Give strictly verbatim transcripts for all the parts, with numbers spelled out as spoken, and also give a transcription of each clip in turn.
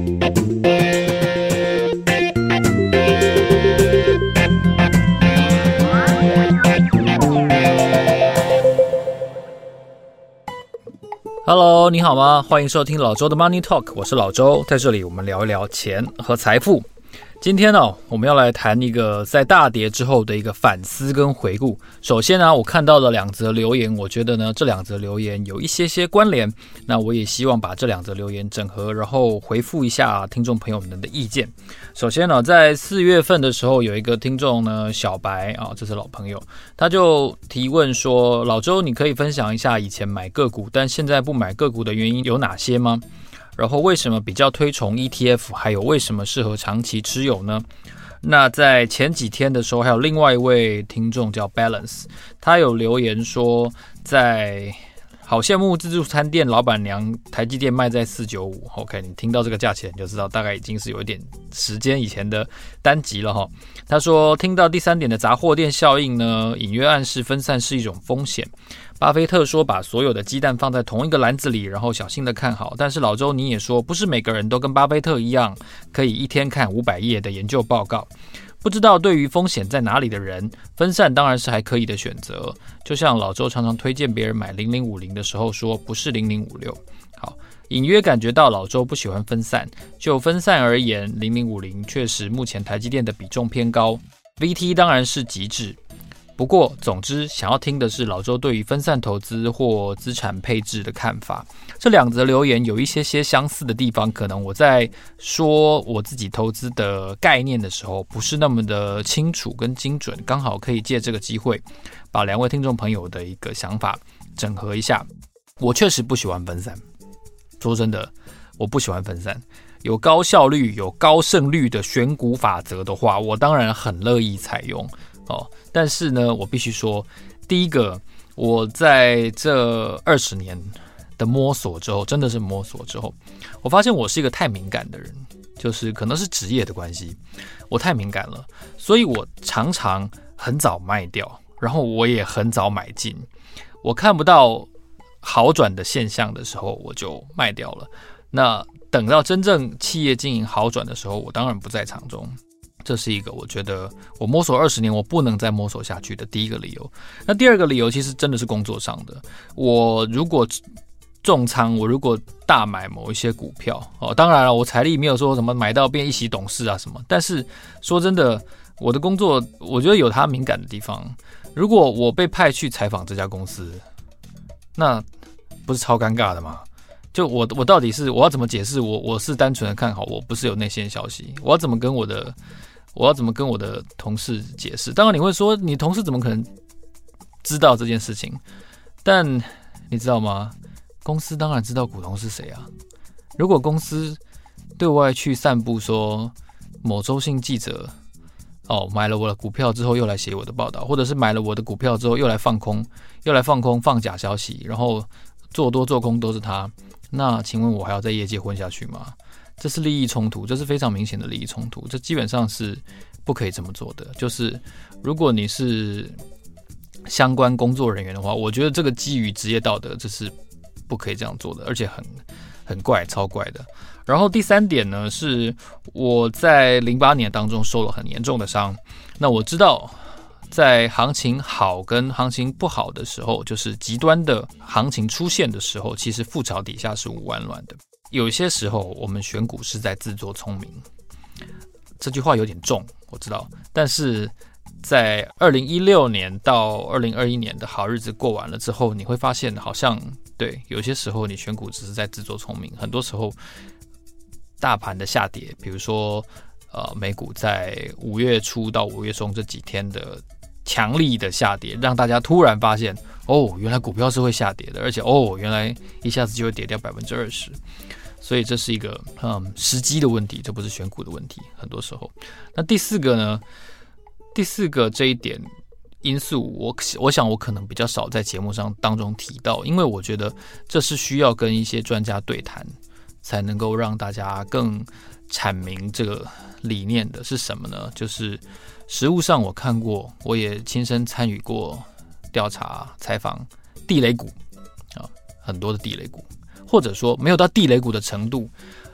Hello， 你好吗？欢迎收听老周的 Money Talk， 我是老周，在这里我们聊一聊钱和财富。今天呢，我们要来谈一个在大跌之后的一个反思跟回顾。首先呢，我看到了两则留言，我觉得呢这两则留言有一些些关联，那我也希望把这两则留言整合，然后回复一下听众朋友们的意见。首先呢，在四月份的时候，有一个听众呢小白啊，这是老朋友，他就提问说：老周，你可以分享一下以前买个股，但现在不买个股的原因有哪些吗？然后为什么比较推崇 E T F， 还有为什么适合长期持有呢？那在前几天的时候，还有另外一位听众叫 Balance， 他有留言说，在好羡慕自助餐店老板娘台积电卖在四百九十五 OK， 你听到这个价钱你就知道大概已经是有一点时间以前的单集了。他说听到第三点的杂货店效应呢，隐约暗示分散是一种风险。巴菲特说把所有的鸡蛋放在同一个篮子里，然后小心的看好。但是老周你也说，不是每个人都跟巴菲特一样，可以一天看五百页的研究报告。不知道对于风险在哪里的人，分散当然是还可以的选择。就像老周常常推荐别人买零零五零的时候说，不是零零五六。好，隐约感觉到老周不喜欢分散。就分散而言，零零五零确实目前台积电的比重偏高 ，V T 当然是极致。不过，总之，想要听的是老周对于分散投资或资产配置的看法。这两则留言有一些些相似的地方，可能我在说我自己投资的概念的时候，不是那么的清楚跟精准，刚好可以借这个机会，把两位听众朋友的一个想法整合一下。我确实不喜欢分散，说真的，我不喜欢分散。有高效率、有高胜率的选股法则的话，我当然很乐意采用。哦，但是呢，我必须说，第一个，我在这二十年的摸索之后，真的是摸索之后，我发现我是一个太敏感的人，就是可能是职业的关系，我太敏感了，所以我常常很早卖掉，然后我也很早买进，我看不到好转的现象的时候，我就卖掉了。那等到真正企业经营好转的时候，我当然不在场中。这是一个我觉得我摸索二十年我不能再摸索下去的第一个理由。那第二个理由其实真的是工作上的。我如果重仓，我如果大买某一些股票，哦，当然了，我财力没有说什么买到变一席董事啊什么，但是说真的，我的工作我觉得有它敏感的地方。如果我被派去采访这家公司，那不是超尴尬的吗？就我我到底是我要怎么解释我我是单纯的看好，我不是有内线消息，我要怎么跟我的我要怎么跟我的同事解释？当然你会说，你同事怎么可能知道这件事情？但你知道吗？公司当然知道股东是谁啊。如果公司对外去散布说某周姓记者哦买了我的股票之后又来写我的报道，或者是买了我的股票之后又来放空，又来放空放假消息，然后做多做空都是他，那请问我还要在业界混下去吗？这是利益冲突，这是非常明显的利益冲突，这基本上是不可以这么做的。就是如果你是相关工作人员的话，我觉得这个基于职业道德，这是不可以这样做的，而且很很怪，超怪的。然后第三点呢，是我在零八年当中受了很严重的伤。那我知道，在行情好跟行情不好的时候，就是极端的行情出现的时候，其实覆巢底下是无完卵的。有些时候我们选股是在自作聪明，这句话有点重，我知道，但是在二零一六年到二零二一年的好日子过完了之后，你会发现好像对，有些时候你选股只是在自作聪明。很多时候大盘的下跌，比如说呃美股在五月初到五月中这几天的强力的下跌，让大家突然发现，哦，原来股票是会下跌的，而且哦，原来一下子就会跌掉百分之二十。所以这是一个嗯时机的问题，这不是选股的问题。很多时候，那第四个呢？第四个这一点因素我，我想我可能比较少在节目上当中提到，因为我觉得这是需要跟一些专家对谈，才能够让大家更阐明这个理念的是什么呢？就是实务上我看过，我也亲身参与过调查采访地雷股啊，很多的地雷股。或者说没有到地雷股的程度，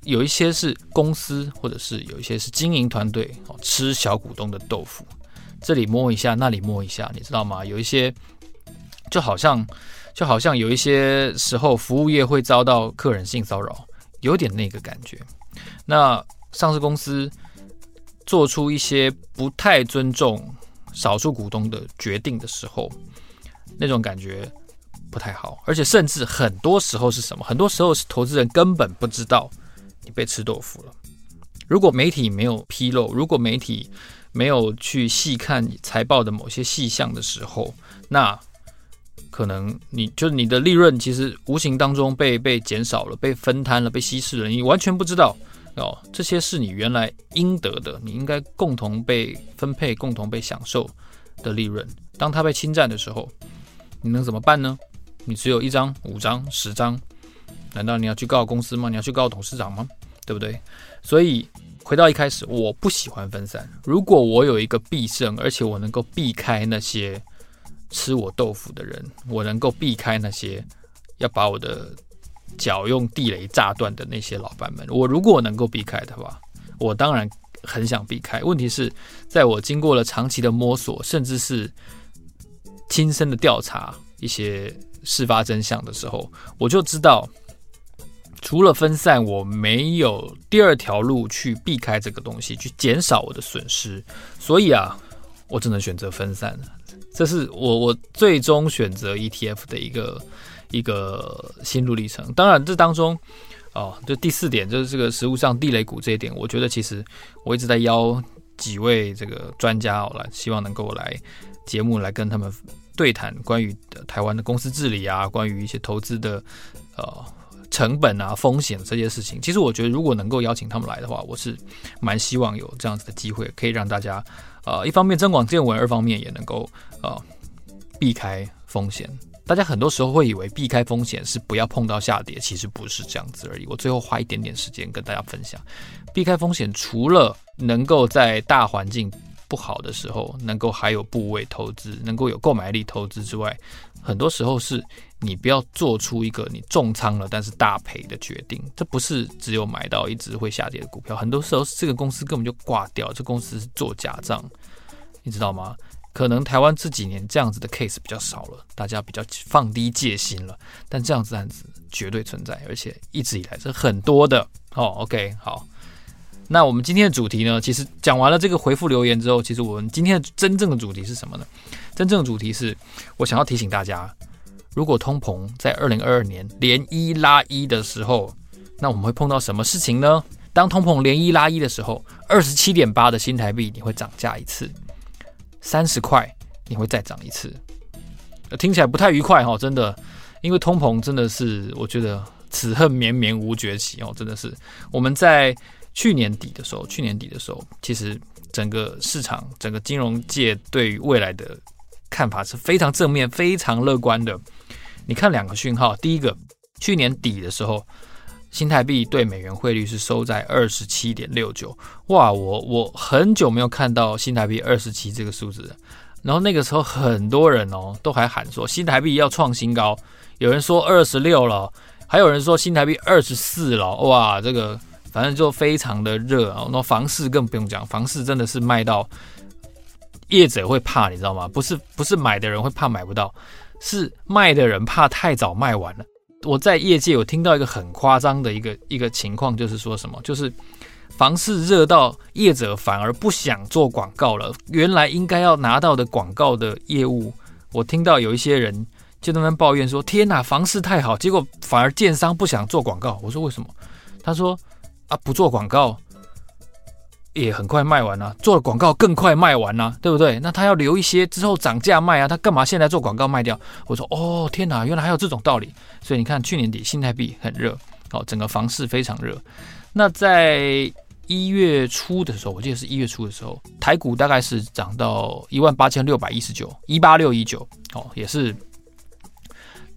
有一些是公司，或者是有一些是经营团队吃小股东的豆腐，这里摸一下，那里摸一下，你知道吗？有一些就好像就好像有一些时候服务业会遭到客人性骚扰，有点那个感觉。那上市公司做出一些不太尊重少数股东的决定的时候，那种感觉不太好。而且甚至很多时候是什么？很多时候是投资人根本不知道你被吃豆腐了。如果媒体没有披露，如果媒体没有去细看财报的某些细项的时候，那可能你就是你的利润其实无形当中被被减少了，被分摊了，被稀释了，你完全不知道哦，这些是你原来应得的，你应该共同被分配、共同被享受的利润。当它被侵占的时候，你能怎么办呢？你只有一张、五张、十张，难道你要去告公司吗？你要去告董事长吗？对不对？所以回到一开始，我不喜欢分散。如果我有一个必胜，而且我能够避开那些吃我豆腐的人，我能够避开那些要把我的脚用地雷炸断的那些老板们，我如果能够避开的话，我当然很想避开。问题是在我经过了长期的摸索，甚至是亲身的调查一些事发真相的时候，我就知道除了分散，我没有第二条路去避开这个东西，去减少我的损失。所以啊，我只能选择分散。这是我我最终选择 E T F 的一个一个心路历程。当然，这当中哦，就第四点，就是这个实务上地雷股这一点，我觉得其实我一直在邀几位这个专家哦，来希望能够来节目来跟他们对谈关于台湾的公司治理啊，关于一些投资的呃成本啊、风险这些事情。其实我觉得，如果能够邀请他们来的话，我是蛮希望有这样子的机会，可以让大家呃一方面增广见闻，二方面也能够呃避开风险。大家很多时候会以为避开风险是不要碰到下跌，其实不是这样子而已。我最后花一点点时间跟大家分享，避开风险除了能够在大环境不好的时候能够还有部位投资，能够有购买力投资之外，很多时候是你不要做出一个你重仓了但是大赔的决定。这不是只有买到一只会下跌的股票，很多时候这个公司根本就挂掉，这公司是做假账，你知道吗？可能台湾这几年这样子的 case 比较少了，大家比较放低戒心了，但这样子案子绝对存在，而且一直以来是很多的哦。OK， 好，那我们今天的主题呢，其实讲完了这个回复留言之后，其实我们今天的真正的主题是什么呢？真正的主题是我想要提醒大家，如果通膨在二零二二年连一拉一的时候，那我们会碰到什么事情呢？当通膨连一拉一的时候， 二十七点八 的新台币你会涨价一次，三十块你会再涨一次。听起来不太愉快哦，真的，因为通膨真的是我觉得此恨绵绵无绝期哦，真的是。我们在去年底的时候，去年底的时候，其实整个市场、整个金融界对于未来的看法是非常正面、非常乐观的。你看两个讯号，第一个，去年底的时候，新台币对美元汇率是收在 二十七点六九， 哇，我我很久没有看到新台币二十七这个数字了。然后那个时候很多人哦都还喊说新台币要创新高，有人说二十六了，还有人说新台币二十四了，哇，这个反正就非常的热啊。那房市更不用讲，房市真的是卖到业者会怕，你知道吗？不是不是买的人会怕买不到，是卖的人怕太早卖完了。我在业界有听到一个很夸张的一个一个情况，就是说什么，就是房市热到业者反而不想做广告了，原来应该要拿到的广告的业务，我听到有一些人就在那边抱怨说，天哪，房市太好，结果反而建商不想做广告。我说为什么？他说啊，不做广告也很快卖完啊，做了广告更快卖完啊，对不对？那他要留一些之后涨价卖啊，他干嘛现在做广告卖掉？我说哦，天哪，原来还有这种道理。所以你看去年底新台币很热，哦，整个房市非常热。那在一月初的时候，我记得是一月初的时候，台股大概是涨到一万八千六百一十九，一八六一九，哦，也是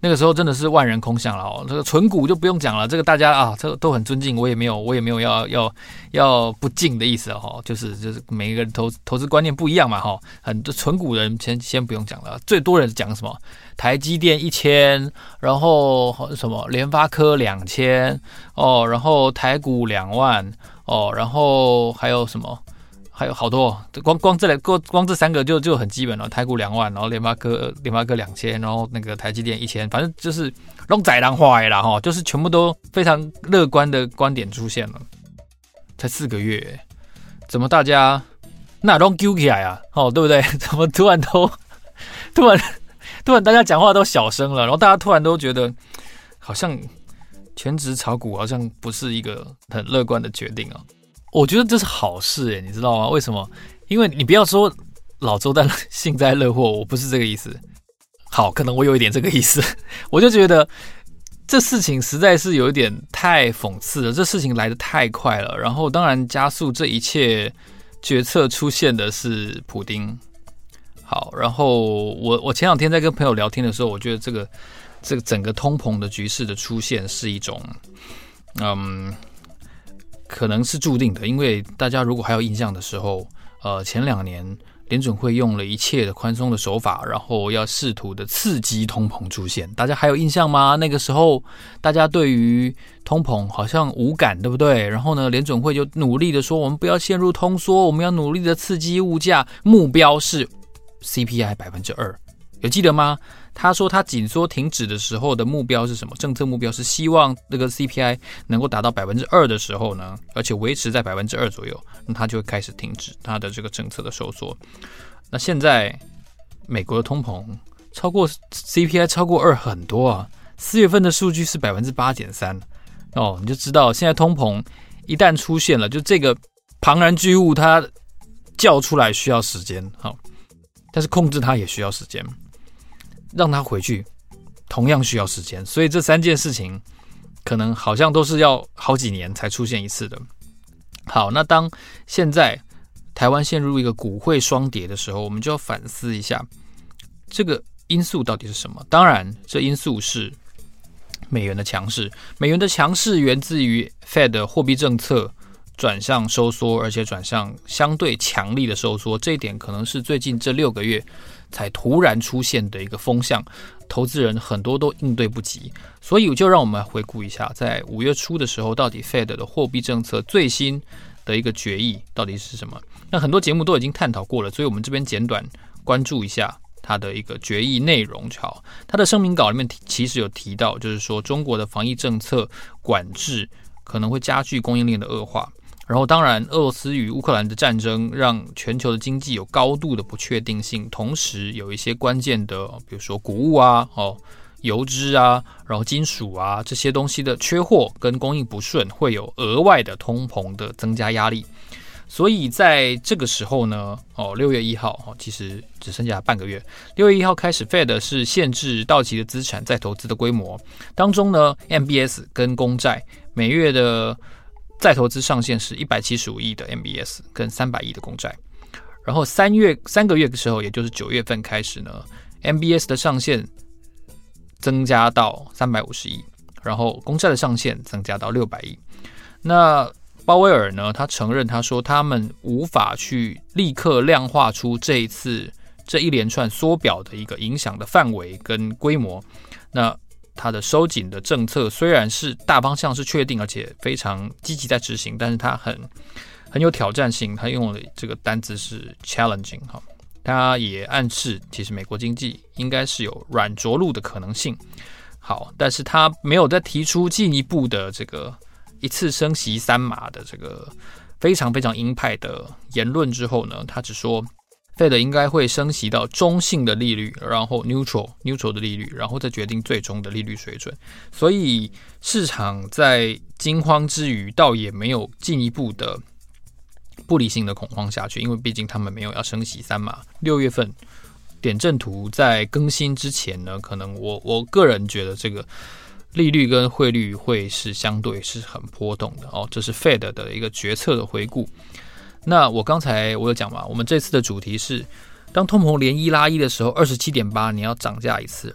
那个时候真的是万人空巷了哦。这个存股就不用讲了，这个大家啊，这个都很尊敬，我也没有，我也没有要要要不敬的意思哈、哦。就是就是每一个人投投资观念不一样嘛哈、哦。很多存股的人先先不用讲了，最多人讲什么？台积电一千，然后什么联发科两千哦，然后台股两万哦，然后还有什么？还有好多，光光这两光光这三个就就很基本了。台股两万，然后联发科联发科两千，然后那个台积电一千，反正就是拢宰人话的啦哈，就是全部都非常乐观的观点出现了。才四个月，怎么大家那都揪起来啊？哦，对不对？怎么突然都突然突然大家讲话都小声了，然后大家突然都觉得好像全职炒股好像不是一个很乐观的决定啊。我觉得这是好事耶，你知道吗？为什么？因为你不要说老周在幸灾乐祸，我不是这个意思。好，可能我有一点这个意思。我就觉得这事情实在是有一点太讽刺了，这事情来得太快了。然后当然加速这一切决策出现的是普丁。好，然后我我前两天在跟朋友聊天的时候，我觉得这个这个整个通膨的局势的出现是一种嗯。可能是注定的，因为大家如果还有印象的时候，呃，前两年联准会用了一切的宽松的手法，然后要试图的刺激通膨出现，大家还有印象吗？那个时候大家对于通膨好像无感，对不对？然后呢，联准会就努力的说，我们不要陷入通缩，我们要努力的刺激物价，目标是 C P I 百分之二，有记得吗？他说他紧缩停止的时候的目标是什么？政策目标是希望这个 C P I 能够达到百分之二的时候呢，而且维持在百分之二左右，那他就会开始停止他的这个政策的收缩。那现在美国的通膨超过 C P I 超过二很多啊，四月份的数据是百分之八点三哦，你就知道现在通膨一旦出现了，就这个庞然巨物它叫出来需要时间，好，但是控制它也需要时间。让他回去同样需要时间，所以这三件事情可能好像都是要好几年才出现一次的。好，那当现在台湾陷入一个股汇双跌的时候，我们就要反思一下这个因素到底是什么。当然这因素是美元的强势，美元的强势源自于 Fed 的货币政策转向收缩，而且转向相对强力的收缩，这一点可能是最近这六个月才突然出现的一个风向，投资人很多都应对不及，所以就让我们回顾一下，在五月初的时候，到底 Fed 的货币政策最新的一个决议到底是什么？那很多节目都已经探讨过了，所以我们这边简短关注一下它的一个决议内容。好，它的声明稿里面其实有提到，就是说中国的防疫政策管制可能会加剧供应链的恶化。然后当然俄罗斯与乌克兰的战争让全球的经济有高度的不确定性，同时有一些关键的比如说谷物啊、哦、油脂啊，然后金属啊这些东西的缺货跟供应不顺，会有额外的通膨的增加压力。所以在这个时候呢，哦，六月一号，哦，其实只剩下半个月。六月一号开始 ，Fed 是限制到期的资产再投资的规模，当中呢 ，M B S 跟公债每月的再投资上限是一百七十五亿的 M B S 跟三百亿的公债，然后三月三个月的时候，也就是九月份开始呢 ，M B S 的上限增加到三百五十亿，然后公债的上限增加到六百亿。那鲍威尔呢，他承认他说他们无法去立刻量化出这一次这一连串缩表的一个影响的范围跟规模。那它的收紧的政策虽然是大方向是确定，而且非常积极在执行，但是它很很有挑战性。它用的这个单字是 challenging， 它也暗示其实美国经济应该是有软着陆的可能性。好，但是它没有再提出进一步的这个一次升息三码的这个非常非常鹰派的言论之后呢，他只说Fed 应该会升息到中性的利率，然后 neutral neutral 的利率，然后再决定最终的利率水准。所以市场在惊慌之余，倒也没有进一步的不理性的恐慌下去，因为毕竟他们没有要升息三码。六月份点阵图在更新之前呢，可能我我个人觉得这个利率跟汇率会是相对是很波动的哦，这是 Fed 的一个决策的回顾。那我刚才我有讲嘛，我们这次的主题是当通膨连一拉一的时候 二十七点八 你要涨价一次，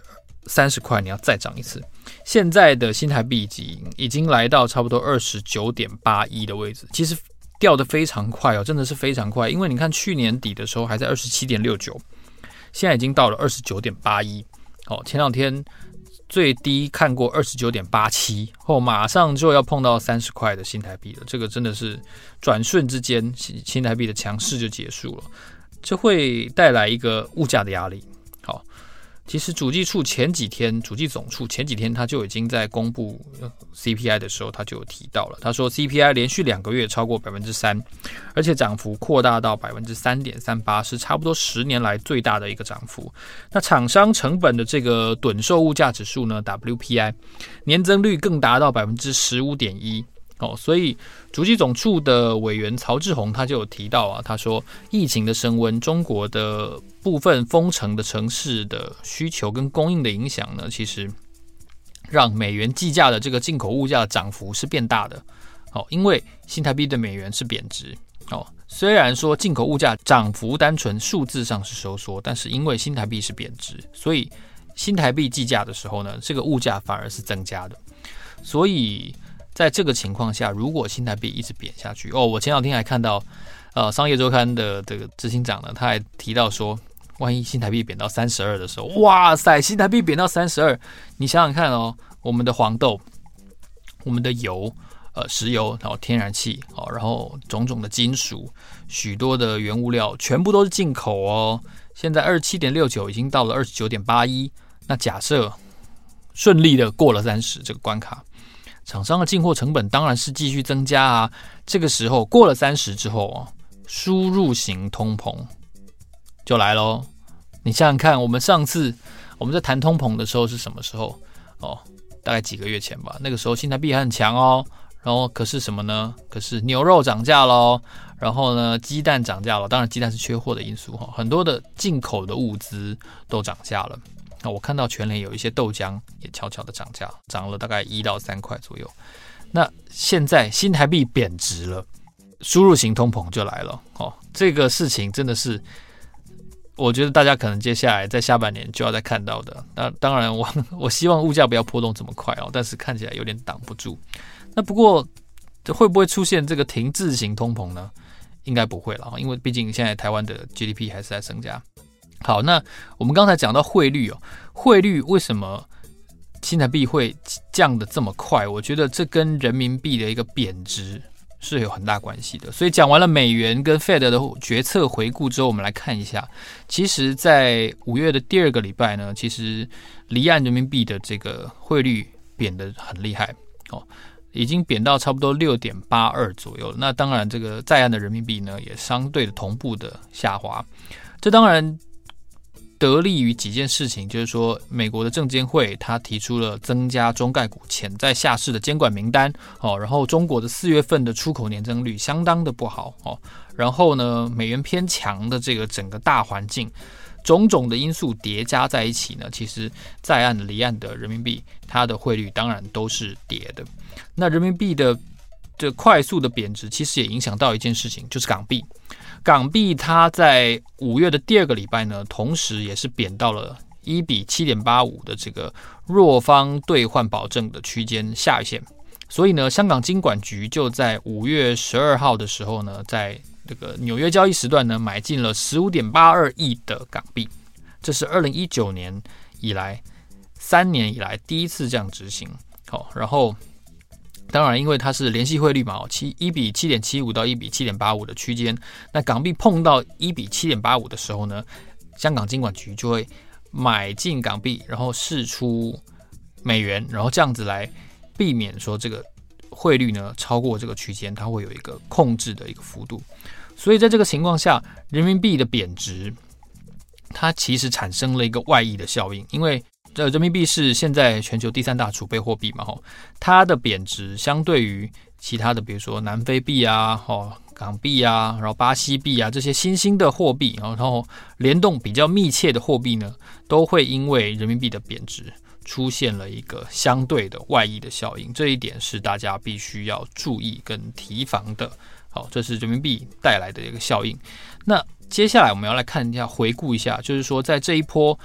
三十块，你要再涨一次。现在的新台币已经已经来到差不多 二十九点八一 的位置，其实掉得非常快哦，真的是非常快。因为你看去年底的时候还在 二十七点六九， 现在已经到了 二十九点八一。哦，前两天最低看过 二十九点八七， 后马上就要碰到三十块的新台币了，这个真的是转瞬之间新台币的强势就结束了，这会带来一个物价的压力。好，其实主计处前几天，主计总处前几天他就已经在公布 C P I 的时候，他就有提到了，他说 C P I 连续两个月超过 百分之三， 而且涨幅扩大到 百分之三点三八， 是差不多十年来最大的一个涨幅。那厂商成本的这个趸售物价指数呢 W P I 年增率更达到 百分之十五点一。哦，所以主计总处的委员曹志宏他就有提到啊，他说疫情的升温，中国的部分封城的城市的需求跟供应的影响呢，其实让美元计价的这个进口物价的涨幅是变大的。哦，因为新台币对美元是贬值。哦，虽然说进口物价涨幅单纯数字上是收缩，但是因为新台币是贬值，所以新台币计价的时候呢，这个物价反而是增加的。所以在这个情况下，如果新台币一直贬下去，哦，我前两天还看到，呃，商业周刊的这个执行长呢，他还提到说，万一新台币贬到三十二的时候，哇塞，新台币贬到三十二，你想想看哦，我们的黄豆、我们的油、呃，石油，然后天然气，哦，然后种种的金属，许多的原物料，全部都是进口哦。现在 二十七点六九 已经到了 二十九点八一， 那假设顺利的过了三十这个关卡，厂商的进货成本当然是继续增加啊。这个时候过了三十之后哦，输入型通膨就来咯。你想想看，我们上次我们在谈通膨的时候是什么时候哦？大概几个月前吧。那个时候新台币还很强哦，然后可是什么呢？可是牛肉涨价咯，然后呢鸡蛋涨价了。当然鸡蛋是缺货的因素，很多的进口的物资都涨价了。那我看到全联有一些豆浆也悄悄的涨价，涨了大概一到三块左右。那现在新台币贬值了，输入型通膨就来了。哦，这个事情真的是，我觉得大家可能接下来在下半年就要再看到的。那当然我，我我希望物价不要波动这么快哦，但是看起来有点挡不住。那不过会不会出现这个停滞型通膨呢？应该不会了，因为毕竟现在台湾的 G D P 还是在增加。好，那我们刚才讲到汇率哦，汇率为什么新台币会降得这么快？我觉得这跟人民币的一个贬值是有很大关系的。所以讲完了美元跟 Fed 的决策回顾之后，我们来看一下，其实在五月的第二个礼拜呢，其实离岸人民币的这个汇率贬得很厉害哦，已经贬到差不多 六点八二 左右。那当然这个在岸的人民币呢也相对的同步的下滑，这当然得利于几件事情，就是说美国的证监会他提出了增加中概股潜在下市的监管名单，哦，然后中国的四月份的出口年增率相当的不好，哦，然后呢美元偏强的这个整个大环境，种种的因素叠加在一起呢，其实在岸离岸的人民币它的汇率当然都是跌的。那人民币的这快速的贬值其实也影响到一件事情，就是港币。港币它在五月的第二个礼拜呢，同时也是贬到了一比 七点八五 的这个弱方兑换保证的区间下限。所以呢，香港金管局就在五月十二号的时候呢，在这个纽约交易时段呢，买进了 十五点八二亿的港币，这是二零一九年以来三年以来第一次这样执行。好，然后当然因为它是联系汇率嘛，一比 七点七五 到一比 七点八五 的区间，那港币碰到一比 七点八五 的时候呢，香港金管局就会买进港币，然后释出美元，然后这样子来避免说这个汇率呢超过这个区间，它会有一个控制的一个幅度。所以在这个情况下，人民币的贬值它其实产生了一个外溢的效应，因为呃，人民币是现在全球第三大储备货币嘛，吼，它的贬值相对于其他的，比如说南非币啊、吼港币啊，然后巴西币啊这些新兴的货币，然后联动比较密切的货币呢，都会因为人民币的贬值出现了一个相对的外溢的效应，这一点是大家必须要注意跟提防的。好，这是人民币带来的一个效应。那接下来我们要来看一下，回顾一下，就是说在这一波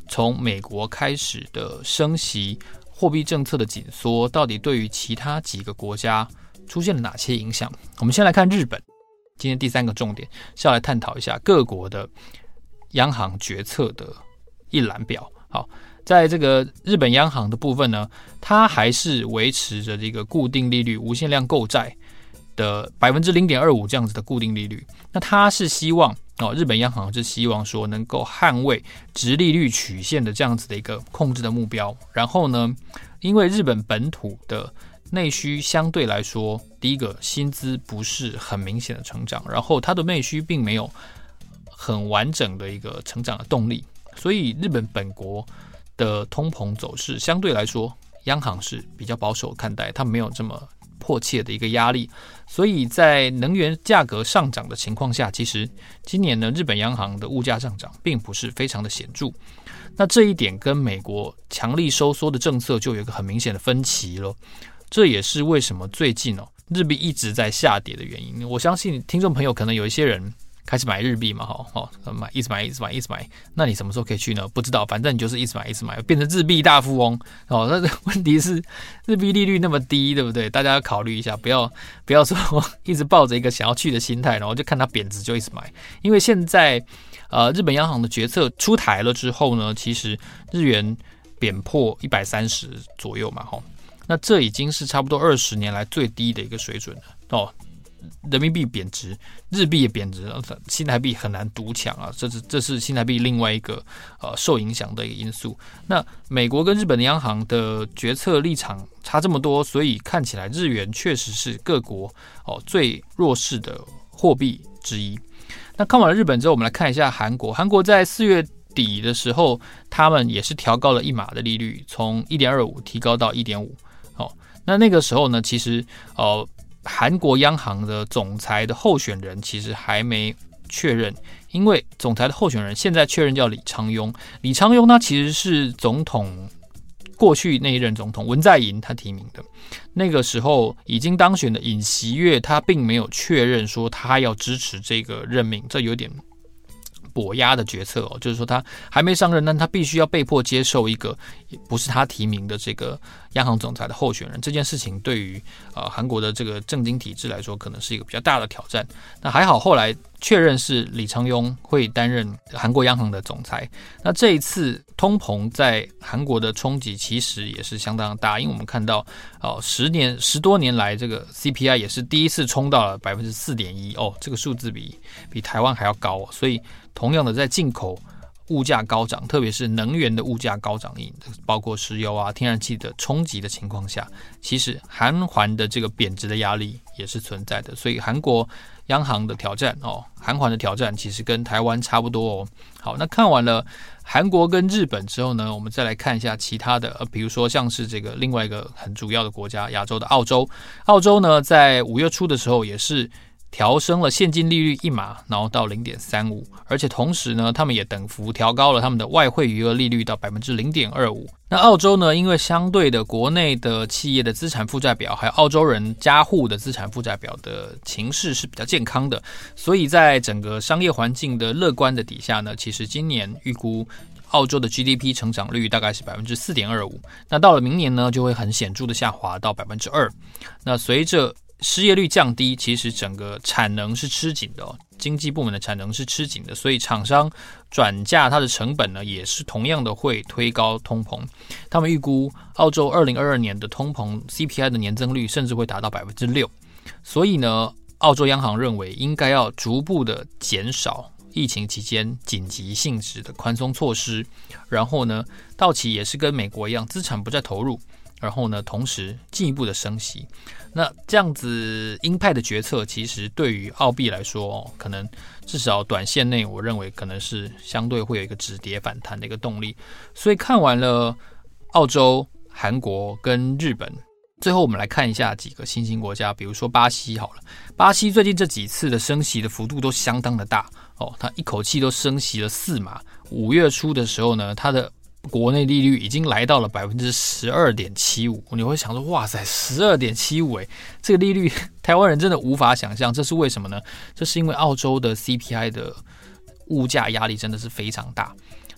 从美国开始的升息货币政策的紧缩，到底对于其他几个国家出现了哪些影响？我们先来看日本。今天第三个重点是要来探讨一下各国的央行决策的一览表。好，在这个日本央行的部分呢，它还是维持着这个固定利率无限量购债的 百分之零点二五 这样子的固定利率。那它是希望哦，日本央行是希望说能够捍卫殖利率曲线的这样子的一个控制的目标。然后呢，因为日本本土的内需相对来说，第一个薪资不是很明显的成长，然后它的内需并没有很完整的一个成长的动力，所以日本本国的通膨走势相对来说，央行是比较保守看待，它没有这么迫切的一个压力。所以在能源价格上涨的情况下，其实今年呢，日本央行的物价上涨并不是非常的显著。那这一点跟美国强力收缩的政策就有一个很明显的分歧了。这也是为什么最近哦日币一直在下跌的原因。我相信听众朋友可能有一些人开始买日币嘛，哈，买一直买一直买一直买，那你什么时候可以去呢？不知道，反正你就是一直买一直买，变成日币大富翁哦。那问题是日币利率那么低，对不对？大家要考虑一下，不要不要说一直抱着一个想要去的心态，然后就看它贬值就一直买。因为现在呃日本央行的决策出台了之后呢，其实日元贬破一百三十左右嘛，哈。那这已经是差不多二十年来最低的一个水准了哦。人民币贬值，日币也贬值，新台币很难独抢啊，这是这是新台币另外一个呃受影响的一个因素。那美国跟日本的央行的决策立场差这么多，所以看起来日元确实是各国哦最弱势的货币之一。那看完了日本之后，我们来看一下韩国。韩国在四月底的时候，他们也是调高了一码的利率，从 一点二五 提高到 一点五。哦，那那个时候呢，其实呃，韩国央行的总裁的候选人其实还没确认，因为总裁的候选人现在确认叫李昌镛。李昌镛他其实是总统过去那一任总统文在寅他提名的，那个时候已经当选的尹锡悦他并没有确认说他要支持这个任命，这有点跛压的决策哦，就是说他还没上任，但他必须要被迫接受一个不是他提名的这个央行总裁的候选人。这件事情对于呃韩国的这个政经体制来说，可能是一个比较大的挑战。那还好，后来确认是李昌镛会担任韩国央行的总裁。那这一次通膨在韩国的冲击其实也是相当大，因为我们看到哦，十年十多年来这个 C P I 也是第一次冲到了 百分之四点一 哦，这个数字比比台湾还要高哦，所以同样的在进口物价高涨，特别是能源的物价高涨，包括石油啊、天然气的冲击的情况下，其实韩环的这个贬值的压力也是存在的。所以韩国央行的挑战哦，韩环的挑战其实跟台湾差不多哦。好，那看完了韩国跟日本之后呢，我们再来看一下其他的，呃，比如说像是这个另外一个很主要的国家，亚洲的澳洲。澳洲呢，在五月初的时候也是调升了现金利率一码，然后到 零点三五， 而且同时呢，他们也等幅调高了他们的外汇余额利率到 百分之零点二五。那澳洲呢，因为相对的国内的企业的资产负债表，还有澳洲人家户的资产负债表的情势是比较健康的，所以在整个商业环境的乐观的底下呢，其实今年预估澳洲的 G D P 成长率大概是 百分之四点二五， 那到了明年呢，就会很显著的下滑到 百分之二。 那随着失业率降低，其实整个产能是吃紧的哦，经济部门的产能是吃紧的，所以厂商转嫁它的成本呢，也是同样的会推高通膨。他们预估澳洲二零二二年的通膨 C P I 的年增率甚至会达到 百分之六， 所以呢，澳洲央行认为应该要逐步的减少疫情期间紧急性质的宽松措施，然后呢，道奇也是跟美国一样，资产不再投入，然后呢，同时进一步的升息。那这样子鹰派的决策，其实对于澳币来说，哦，可能至少短线内，我认为可能是相对会有一个止跌反弹的一个动力。所以看完了澳洲、韩国跟日本，最后我们来看一下几个新兴国家，比如说巴西好了。巴西最近这几次的升息的幅度都相当的大哦，它一口气都升息了四码。五月初的时候呢，它的国内利率已经来到了 百分之十二点七五， 你会想说哇塞 十二点七五 诶，这个利率台湾人真的无法想象，这是为什么呢？这是因为澳洲的 C P I 的物价压力真的是非常大，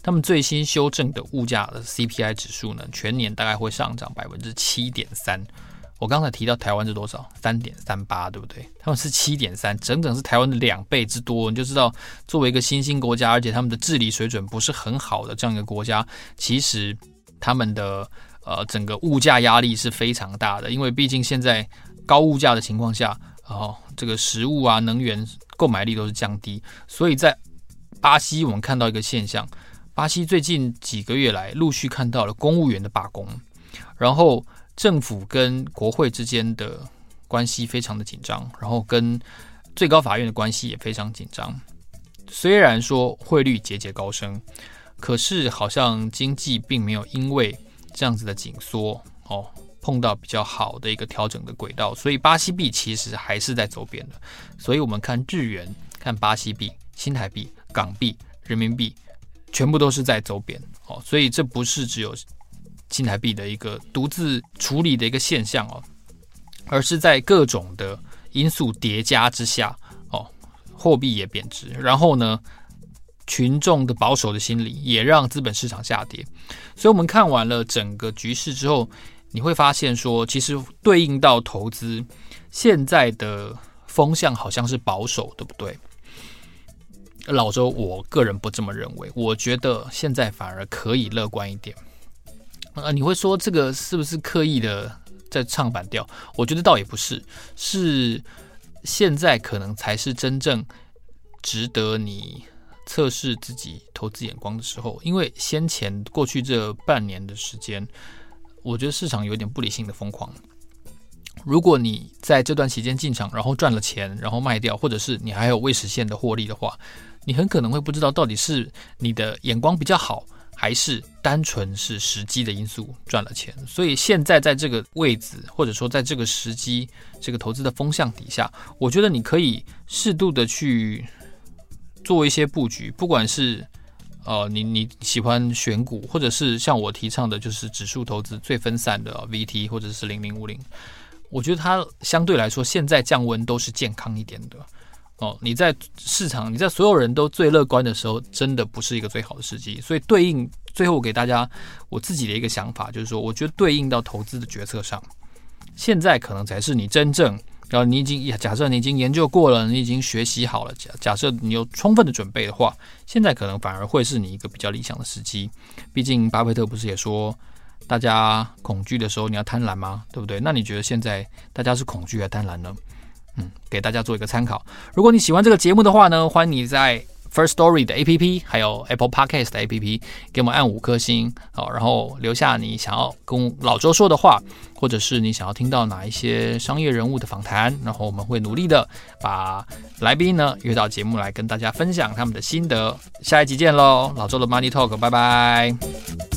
他们最新修正的物价的 C P I 指数呢，全年大概会上涨 百分之七点三。我刚才提到台湾是多少 ？三点三八， 对不对？他们是 七点三， 整整是台湾的两倍之多。你就知道，作为一个新兴国家，而且他们的治理水准不是很好的这样一个国家，其实他们的呃整个物价压力是非常大的。因为毕竟现在高物价的情况下，哦，这个食物啊、能源购买力都是降低，所以在巴西我们看到一个现象，巴西最近几个月来陆续看到了公务员的罢工，然后政府跟国会之间的关系非常的紧张，然后跟最高法院的关系也非常紧张。虽然说汇率节节高升，可是好像经济并没有因为这样子的紧缩哦，碰到比较好的一个调整的轨道，所以巴西币其实还是在走贬的。所以我们看日元、看巴西币、新台币、港币、人民币，全部都是在走贬哦。所以这不是只有新台币的一个独自处理的一个现象哦，而是在各种的因素叠加之下哦，货币也贬值，然后呢，群众的保守的心理也让资本市场下跌。所以我们看完了整个局势之后，你会发现说，其实对应到投资，现在的风向好像是保守，对不对？老周，我个人不这么认为，我觉得现在反而可以乐观一点。呃，你会说这个是不是刻意的在唱反调？我觉得倒也不是，是现在可能才是真正值得你测试自己投资眼光的时候。因为先前过去这半年的时间，我觉得市场有点不理性的疯狂。如果你在这段期间进场，然后赚了钱，然后卖掉，或者是你还有未实现的获利的话，你很可能会不知道到底是你的眼光比较好，还是单纯是时机的因素赚了钱。所以现在在这个位置，或者说在这个时机、这个投资的风向底下，我觉得你可以适度的去做一些布局，不管是呃你你喜欢选股，或者是像我提倡的就是指数投资最分散的、呃、V T 或者是零零五零，我觉得它相对来说现在降温都是健康一点的。哦，你在市场，你在所有人都最乐观的时候，真的不是一个最好的时机。所以对应最后我给大家我自己的一个想法，就是说，我觉得对应到投资的决策上，现在可能才是你真正，然后你已经假设你已经研究过了，你已经学习好了，假假设你有充分的准备的话，现在可能反而会是你一个比较理想的时机。毕竟巴菲特不是也说，大家恐惧的时候你要贪婪吗？对不对？那你觉得现在大家是恐惧还是贪婪呢？嗯，给大家做一个参考。如果你喜欢这个节目的话呢，欢迎你在 First Story 的 A P P 还有 Apple Podcast 的 A P P 给我们按五颗星，好，然后留下你想要跟老周说的话，或者是你想要听到哪一些商业人物的访谈，然后我们会努力的把来宾呢约到节目来跟大家分享他们的心得。下一集见喽，老周的 Money Talk， 拜拜。